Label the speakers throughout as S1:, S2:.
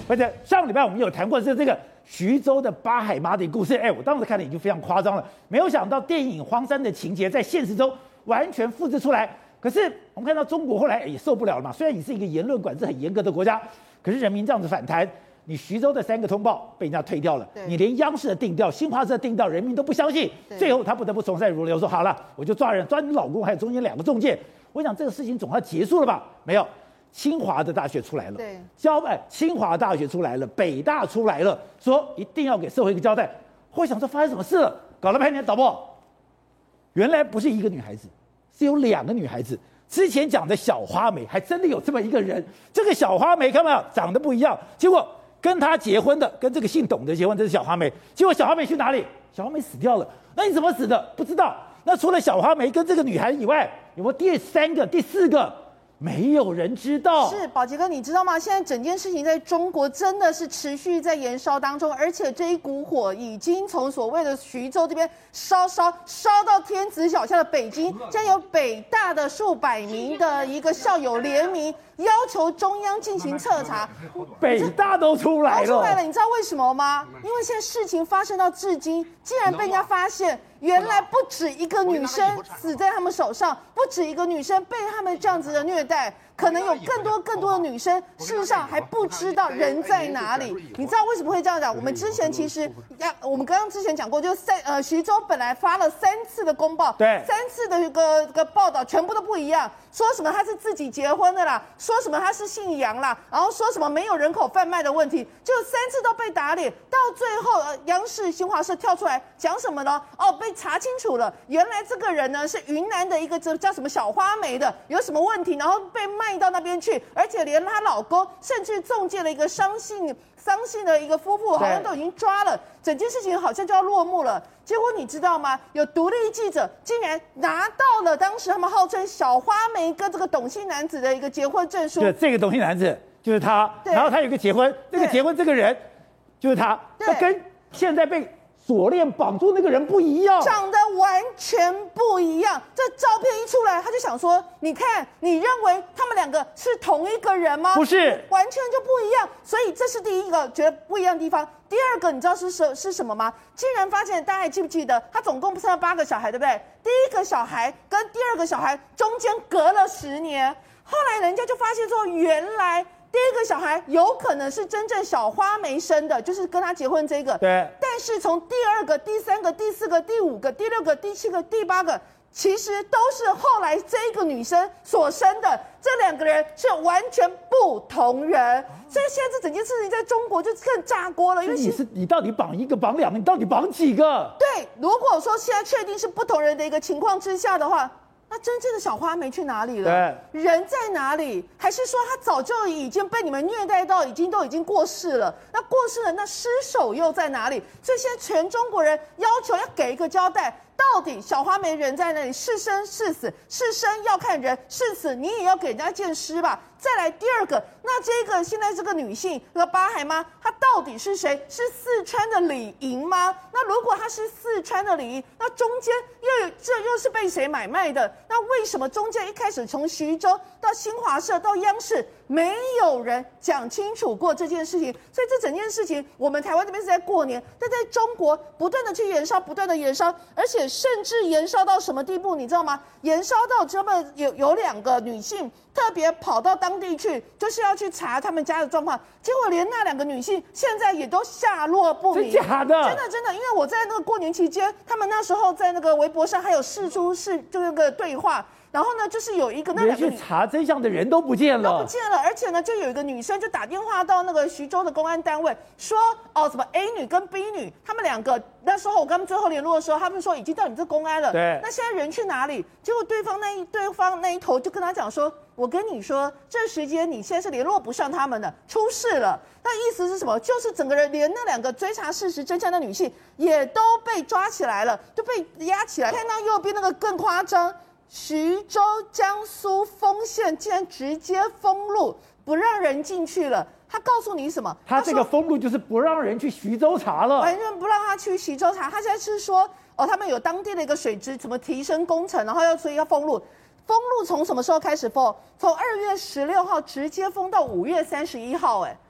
S1: 而且上个礼拜我们有谈过是这个徐州的八海妈的故事，我当时看的已经非常夸张了，没有想到电影荒山的情节在现实中完全复制出来。可是我们看到中国后来也受不了了嘛，虽然你是一个言论管制很严格的国家，可是人民这样子反弹，你徐州的3个通报被人家退掉了，你连央视的定调、新华社定调，人民都不相信，最后他不得不从善如流，说好了，我就抓人，抓你老公，还有中间2个中介。我想这个事情总要结束了吧？没有。清华的大学出来了，清华大学出来了，北大出来了，说一定要给社会一个交代。我想说发生什么事了？搞了半天，导播，原来不是一个女孩子，是有2个女孩子。之前讲的小花梅，还真的有这么一个人。这个小花梅看到没有，长得不一样。结果跟她结婚的，跟这个姓董的结婚，这是小花梅。结果小花梅去哪里？小花梅死掉了。那你怎么死的？不知道。那除了小花梅跟这个女孩以外，有没有第3个、第4个？没有人知道。
S2: 是宝杰哥，你知道吗？现在整件事情在中国真的是持续在燃烧当中，而且这一股火已经从所谓的徐州这边烧到天子脚下的北京，将有北大的数百名的一个校友联名，要求中央进行彻查。
S1: 北大都出来了，
S2: 你知道为什么吗？因为现在事情发生到至今，竟然被人家发现，原来不止一个女生死在他们手上，不止一个女生被他们这样子的虐待，可能有更多的女生，事实上还不知道人在哪里。你知道为什么会这样讲？我们之前其实我们刚刚之前讲过，就是徐州本来发了3次的公报，对，3次的一个报道全部都不一样，说什么他是自己结婚的啦，说什么他是姓杨啦，然后说什么没有人口贩卖的问题，就3次都被打脸。到最后，央视、新华社跳出来讲什么呢？被查清楚了，原来这个人呢是云南的一个叫什么小花梅的，有什么问题，然后被卖到那边去，而且连她老公甚至中介了一个桑姓的一个夫妇，好像都已经抓了，整件事情好像就要落幕了。结果你知道吗？有独立记者竟然拿到了当时他们号称小花梅跟这个董姓男子的一个结婚证书。
S1: 对，这个董姓男子就是他，然后他有一个结婚，这个结婚这个人就是他，那跟现在被锁链绑住那个人不一样，
S2: 长得完全不一样。这照片一出来，他就想说：“你看，你认为他们2个是同一个人吗？”
S1: 不是，
S2: 完全就不一样。所以这是第一个觉得不一样的地方。第2个，你知道是什么吗？竟然发现，大家还记不记得，他总共生了8个小孩，对不对？第1个小孩跟第2个小孩中间隔了10年，后来人家就发现说，原来第1个小孩有可能是真正小花梅生的，就是跟他结婚这个。
S1: 对。
S2: 但是从第2个、第3个、第4个、第5个、第6个、第7个、第8个，其实都是后来这个女生所生的。这2个人是完全不同人，所以现在这整件事情在中国就更炸锅了。因为
S1: 你到底绑1个、绑2个，你到底绑几个？
S2: 对，如果说现在确定是不同人的一个情况之下的话，那真正的小花梅去哪里了？人在哪里？还是说他早就已经被你们虐待到都已经过世了？那过世了，那尸首又在哪里？所以现在全中国人要求要给一个交代。到底小花梅人在那里是生是死？是生要看人，是死你也要给人家见尸吧。再来第2个，那这个现在这个女性八海妈，她到底是谁？是四川的李莹吗？那如果她是四川的李莹，那中间又是被谁买卖的？那为什么中间一开始从徐州到新华社到央视，没有人讲清楚过这件事情？所以这整件事情，我们台湾这边是在过年，但在中国不断的去延烧，不断的延烧，而且甚至延烧到什么地步，你知道吗？延烧到这么有2个女性特别跑到当地去，就是要去查他们家的状况，结果连那2个女性现在也都下落不明。
S1: 真假的？
S2: 真的，因为我在那个过年期间，他们那时候在那个微博上还有释出就那个对话。然后呢，就是有一个那2个
S1: 去查真相的人都不见了，
S2: 而且呢，就有一个女生就打电话到那个徐州的公安单位，说什么 A 女跟 B 女，他们2个那时候我跟他们最后联络的时候，他们说已经到你这公安了，
S1: 对，
S2: 那现在人去哪里？结果对方那一头就跟他讲说，我跟你说，这时间你现在是联络不上他们的，出事了。那意思是什么？就是整个人连那2个追查事实真相的女性也都被抓起来了，就被压起来。看到右边那个更夸张。徐州、江苏丰县竟然直接封路，不让人进去了。他告诉你什么？
S1: 他这个封路就是不让人去徐州查了，
S2: 完全不让他去徐州查。他现在是说，他们有当地的一个水质怎么提升工程，然后所以要封路。封路从什么时候开始封？从2月16号直接封到5月31号，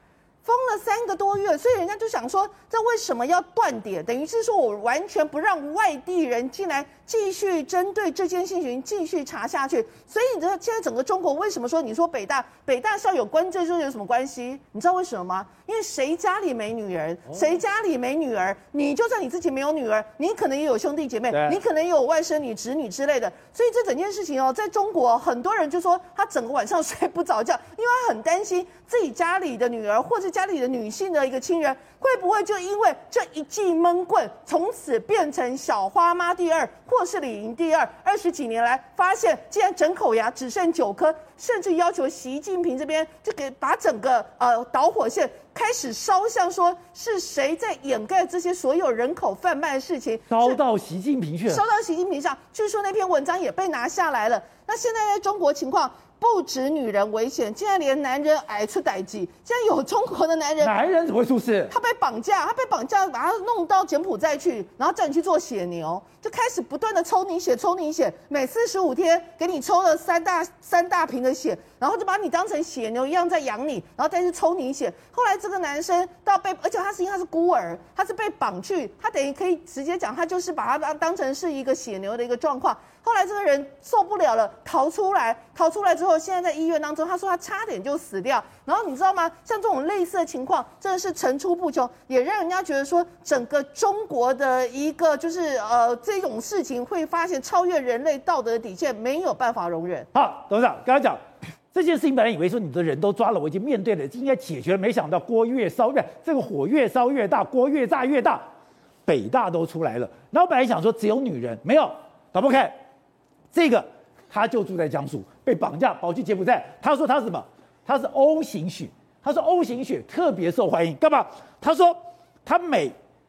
S2: 封了3个多月，所以人家就想说，这为什么要断点？等于是说我完全不让外地人进来继续针对这件事情继续查下去。所以你知道现在整个中国为什么说你说北大校友关这有什么关系？你知道为什么吗？因为谁家里没女人，谁家里没女儿，你就算你自己没有女儿，你可能也有兄弟姐妹，你可能也有外甥女、侄女之类的。所以这整件事情在中国很多人就说他整个晚上睡不着觉，因为他很担心自己家里的女儿或者家里的女性的一个亲人会不会就因为这一记闷棍，从此变成小花妈第二，或是李莹第二？20几年来，发现竟然整口牙只剩9颗，甚至要求习近平这边就给把整个导火线开始烧向说是谁在掩盖这些所有人口贩卖的事情，
S1: 烧到习近平去了，
S2: 烧到习近平上。据说那篇文章也被拿下来了。那现在在中国情况，不止女人危险，现在连男人挨出歹疾。现在有中国的男人
S1: 怎么会出事？
S2: 他被绑架，把他弄到柬埔寨去，然后叫你去做血牛，就开始不断的抽你血，每45天给你抽了三大瓶的血，然后就把你当成血牛一样在养你，然后再去抽你血。后来这个男生而且他是因为他是孤儿，他是被绑去，他等于可以直接讲，他就是把他当成是一个血牛的一个状况。后来这个人受不了了，逃出来之后，现在在医院当中，他说他差点就死掉。然后你知道吗？像这种类似的情况，真的是层出不穷，也让人家觉得说，整个中国的一个就是这种事情会发现超越人类道德底线，没有办法容忍。
S1: 好，董事长刚刚讲这件事情，本来以为说你的人都抓了，我已经面对了，应该解决了，没想到锅越烧越，这个火越烧越大，锅越炸越大，北大都出来了。然后本来想说只有女人，没有，导播看。这个他就住在江苏，被绑架跑去柬埔寨。他说他是什么？他是 O 型血。他说 O 型血特别受欢迎，干嘛？他说他每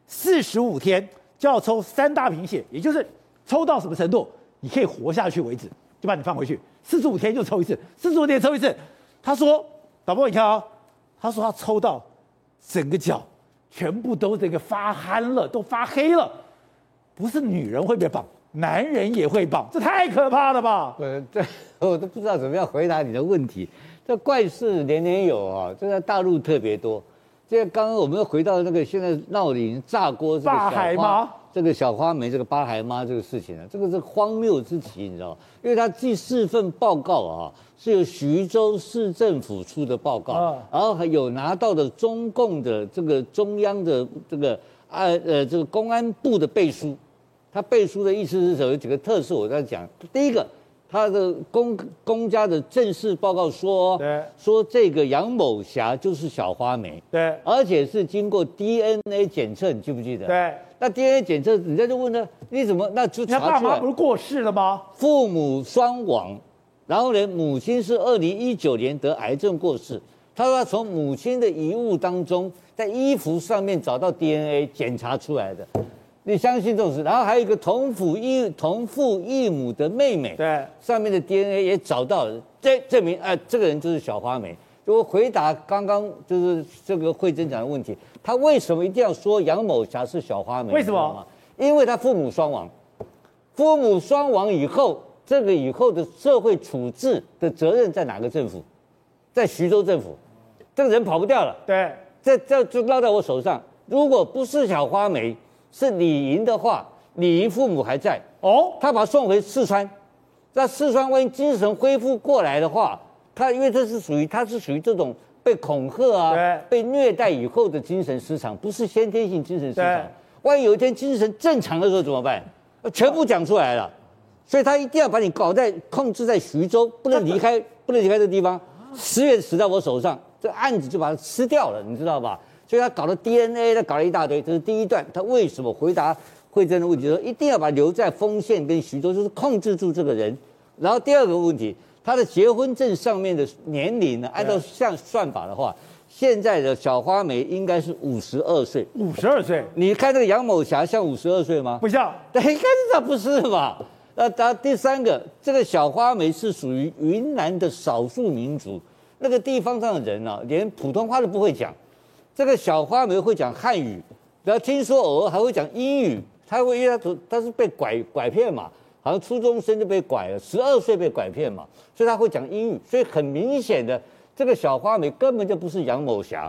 S1: 45天就要抽3大瓶血，也就是抽到什么程度，你可以活下去为止，就把你放回去。45天就抽一次，45天抽一次。他说，导播你看啊，他说他抽到整个脚全部都这个发憨了，都发黑了。不是女人会被绑。男人也会绑，这太可怕了吧？
S3: 这我都不知道怎么样回答你的问题。这怪事年年有啊，这在大陆特别多。这刚刚我们又回到那个现在闹得已经炸锅这个
S1: 八海妈，
S3: 这个小花梅这个八海妈这个事情啊，这个是荒谬之极，你知道吗？因为他第4份报告啊，是由徐州市政府出的报告，然后还有拿到的中共的这个中央的这个这个公安部的背书。他背书的意思是什么？有几个特色我在讲。第一个，他的公家的正式报告说这个杨某霞就是小花梅，
S1: 对，
S3: 而且是经过 DNA 检测，你记不记得？
S1: 对，
S3: 那 DNA 检测，人家就问他，你怎么那就查出来？
S1: 他爸妈不是过世了吗？
S3: 父母双亡，然后呢，母亲是2019年得癌症过世。他说他从母亲的遗物当中，在衣服上面找到 DNA 检查出来的。你相信这种事？然后还有一个同父异母的妹妹，
S1: 对，
S3: 上面的 DNA 也找到了，证明这个人就是小花梅。就回答刚刚就是这个慧珍讲的问题，他为什么一定要说杨某霞是小花梅？
S1: 为什么？
S3: 因为他父母双亡，父母双亡以后，这个以后的社会处置的责任在哪个政府？在徐州政府，这个人跑不掉了。
S1: 对，
S3: 这就落在我手上。如果不是小花梅，是李莹的话，李莹父母还在他把他送回四川，那四川万一精神恢复过来的话，因为他是属于这种被恐吓啊、被虐待以后的精神失常，不是先天性精神失常。万一有一天精神正常的时候怎么办？全部讲出来了，所以他一定要把你控制在徐州，不能离开这个地方。10月死在我手上，这案子就把它吃掉了，你知道吧？所以他搞了 DNA， 他搞了一大堆，这是第一段。他为什么回答慧珍的问题说一定要把留在丰县跟徐州，就是控制住这个人。然后第二个问题，他的结婚证上面的年龄呢，按照像算法的话，现在的小花梅应该是52岁。
S1: 52岁？
S3: 你看这个杨某霞像52岁吗？
S1: 不像。
S3: 对，应该是这不是嘛？那第三个，这个小花梅是属于云南的少数民族，那个地方上的人啊，连普通话都不会讲。这个小花梅会讲汉语，然后听说偶尔还会讲英语。因为他是被拐骗嘛，好像初中生就被拐了，12岁被拐骗嘛，所以他会讲英语。所以很明显的，这个小花梅根本就不是杨某霞。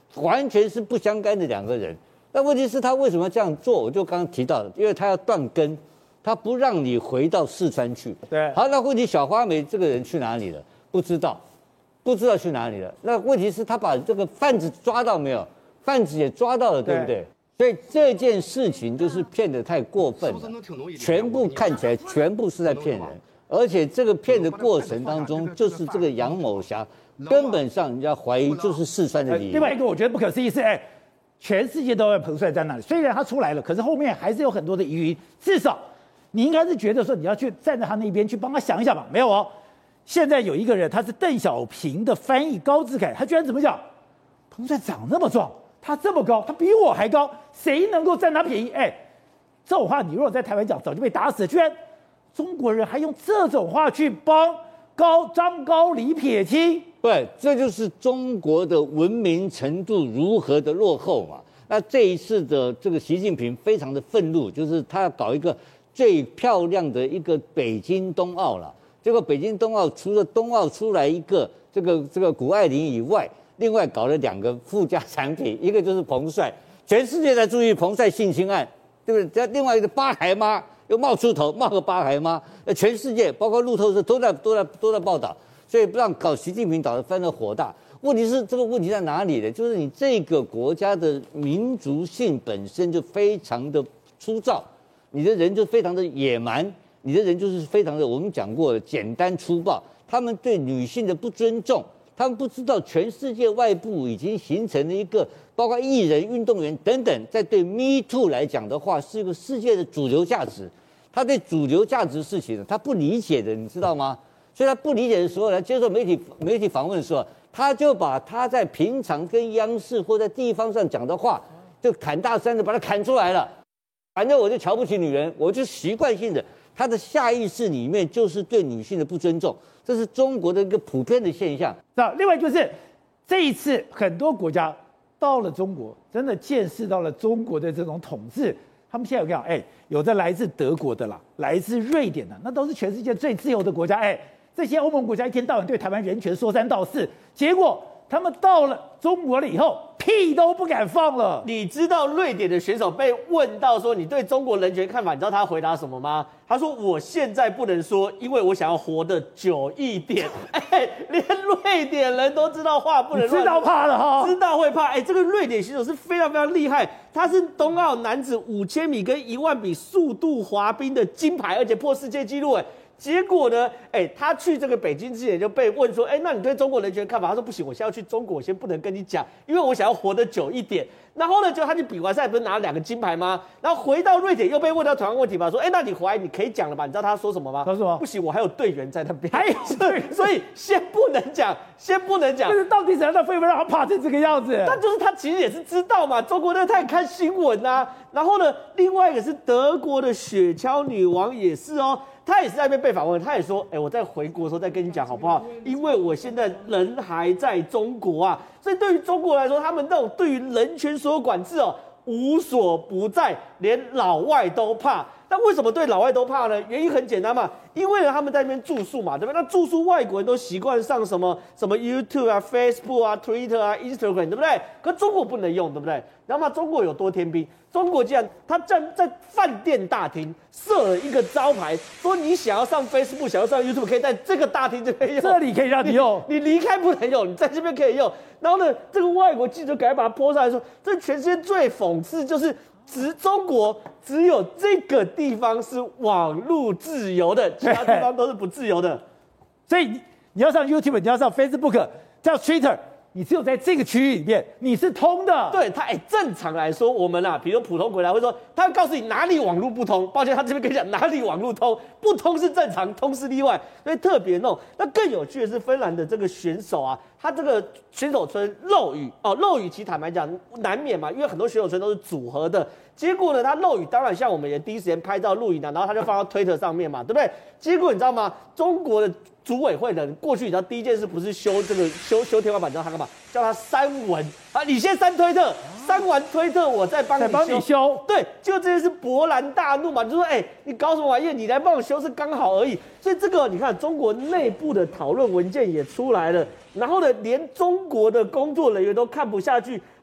S3: 完全是不相干的两个人。那问题是他为什么要这样做？我就刚刚提到的，因为他要断根，他不让你回到四川去。
S1: 对，
S3: 好，那问题小花梅这个人去哪里了？不知道去哪里了。那问题是他把这个贩子抓到没有？贩子也抓到了，对不对？所以这件事情就是骗得太过分了，全部看起来全部是在骗人，而且这个骗的过程当中，就是这个杨某霞根本上人家怀疑就是四川的理由。
S1: 另外一个我觉得不可思议是，全世界都在彭帅在那里，虽然他出来了，可是后面还是有很多的疑云。至少你应该是觉得说你要去站在他那边去帮他想一想吧，没有哦。现在有一个人，他是邓小平的翻译高志凯，他居然怎么讲？彭帅长那么壮，他这么高，他比我还高，谁能够占他便宜？这种话你如果在台湾讲，早就被打死了。居然中国人还用这种话去帮张高丽撇清，
S3: 对，这就是中国的文明程度如何的落后嘛。那这一次的这个习近平非常的愤怒，就是他要搞一个最漂亮的一个北京冬奥了。结果北京冬奥除了冬奥出来一个这个谷爱凌以外，另外搞了2个附加产品，一个就是彭帅，全世界在注意彭帅性侵案，对不对？另外一个八孩妈又冒出头，冒个八孩妈，全世界包括路透社都在报道，所以让搞习近平搞得非常的火大。问题是这个问题在哪里呢？就是你这个国家的民族性本身就非常的粗糙，你的人就非常的野蛮。你的人就是非常的，我们讲过的简单粗暴，他们对女性的不尊重，他们不知道全世界外部已经形成了一个，包括艺人、运动员等等，在对 Me Too 来讲的话，是一个世界的主流价值。他对主流价值事情呢，他不理解的，你知道吗？所以他不理解的时候呢，接受媒体访问的时候，他就把他在平常跟央视或在地方上讲的话，就砍大山的把它砍出来了。反正我就瞧不起女人，我就习惯性的。他的下意识里面就是对女性的不尊重，这是中国的一个普遍的现象。
S1: 那另外就是这一次很多国家到了中国，真的见识到了中国的这种统治。他们现在有讲，有的来自德国的啦，来自瑞典的，那都是全世界最自由的国家。这些欧盟国家一天到晚对台湾人权说三道四，结果他们到了中国了以后，屁都不敢放了。
S4: 你知道瑞典的选手被问到说你对中国人权看法，你知道他回答什么吗？他说我现在不能说，因为我想要活得久一点。连瑞典人都知道话不能乱，
S1: 知道怕了哈，
S4: 知道会怕。这个瑞典选手是非常非常厉害，他是冬奥男子5000米跟10000米速度滑冰的金牌，而且破世界纪录。结果呢？他去这个北京之前就被问说，那你对中国人权看法？他说不行，我现在要去中国，我先不能跟你讲，因为我想要活得久一点。然后呢，就他去比完赛不是拿了2个金牌吗？然后回到瑞典又被问到同样问题嘛，说，那你回来你可以讲了吧？你知道他说什么吗？
S1: 他说什么？
S4: 不行，我还有队员在那边，
S1: 还有
S4: 所以先不能讲，先不能讲。
S1: 就是到底怎样的非让他怕成这个样子？
S4: 但就是他其实也是知道嘛，中国那他也看新闻啊。然后呢，另外一个是德国的雪橇女王也是哦。他也是在那边被访问，他也说，我在回国的时候再跟你讲好不好？因为我现在人还在中国啊，所以对于中国来说，他们那种对于人权所有管制无所不在，连老外都怕。那为什么对老外都怕呢？原因很简单嘛，因为呢他们在那边住宿嘛，对不对？那住宿外国人都习惯上什么 YouTube 啊、Facebook 啊、Twitter 啊、Instagram， 对不对？可中国不能用，对不对？然后嘛，中国有多天兵？中国竟然他站在饭店大厅设了一个招牌，说你想要上 Facebook、想要上 YouTube， 可以在这个大厅这边用，
S1: 这里可以让你用，
S4: 你离开不能用，你在这边可以用。然后呢，这个外国记者赶快把它泼上来说，这全世界最讽刺就是。中国只有这个地方是网络自由的，其他地方都是不自由的。
S1: 所以你要上 YouTube， 你要上 Facebook， 叫 Twitter， 你只有在这个区域里面你是通的。
S4: 对他，正常来说，我们比如普通国家会说，他会告诉你哪里网络不通。抱歉，他这边跟你讲哪里网络通，不通是正常，通是例外，所以特别弄。那更有趣的是，芬兰的这个选手他这个选手村漏雨漏雨其实坦白讲难免嘛，因为很多选手村都是组合的。结果呢，他漏雨，当然像我们也第一时间拍照录影然后他就放到推特上面嘛，对不对？结果你知道吗？中国的组委会的人过去，你知道第一件事不是修天花板，你知道他干嘛？叫他删文你先删推特，删完推特我再帮你修。对，就这件事勃然大怒嘛，就说你搞什么玩意？你来帮我修是刚好而已。所以这个你看，中国内部的讨论文件也出来了，然后呢，连中国的工作人员都看不下去，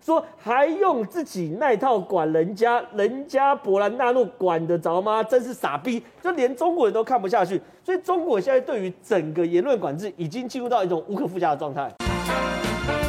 S4: 说还用自己那套管人家伯兰纳诺管得着吗？真是傻逼！就连中国人都看不下去，所以中国现在对于整个言论管制已经进入到一种无可复加的状态。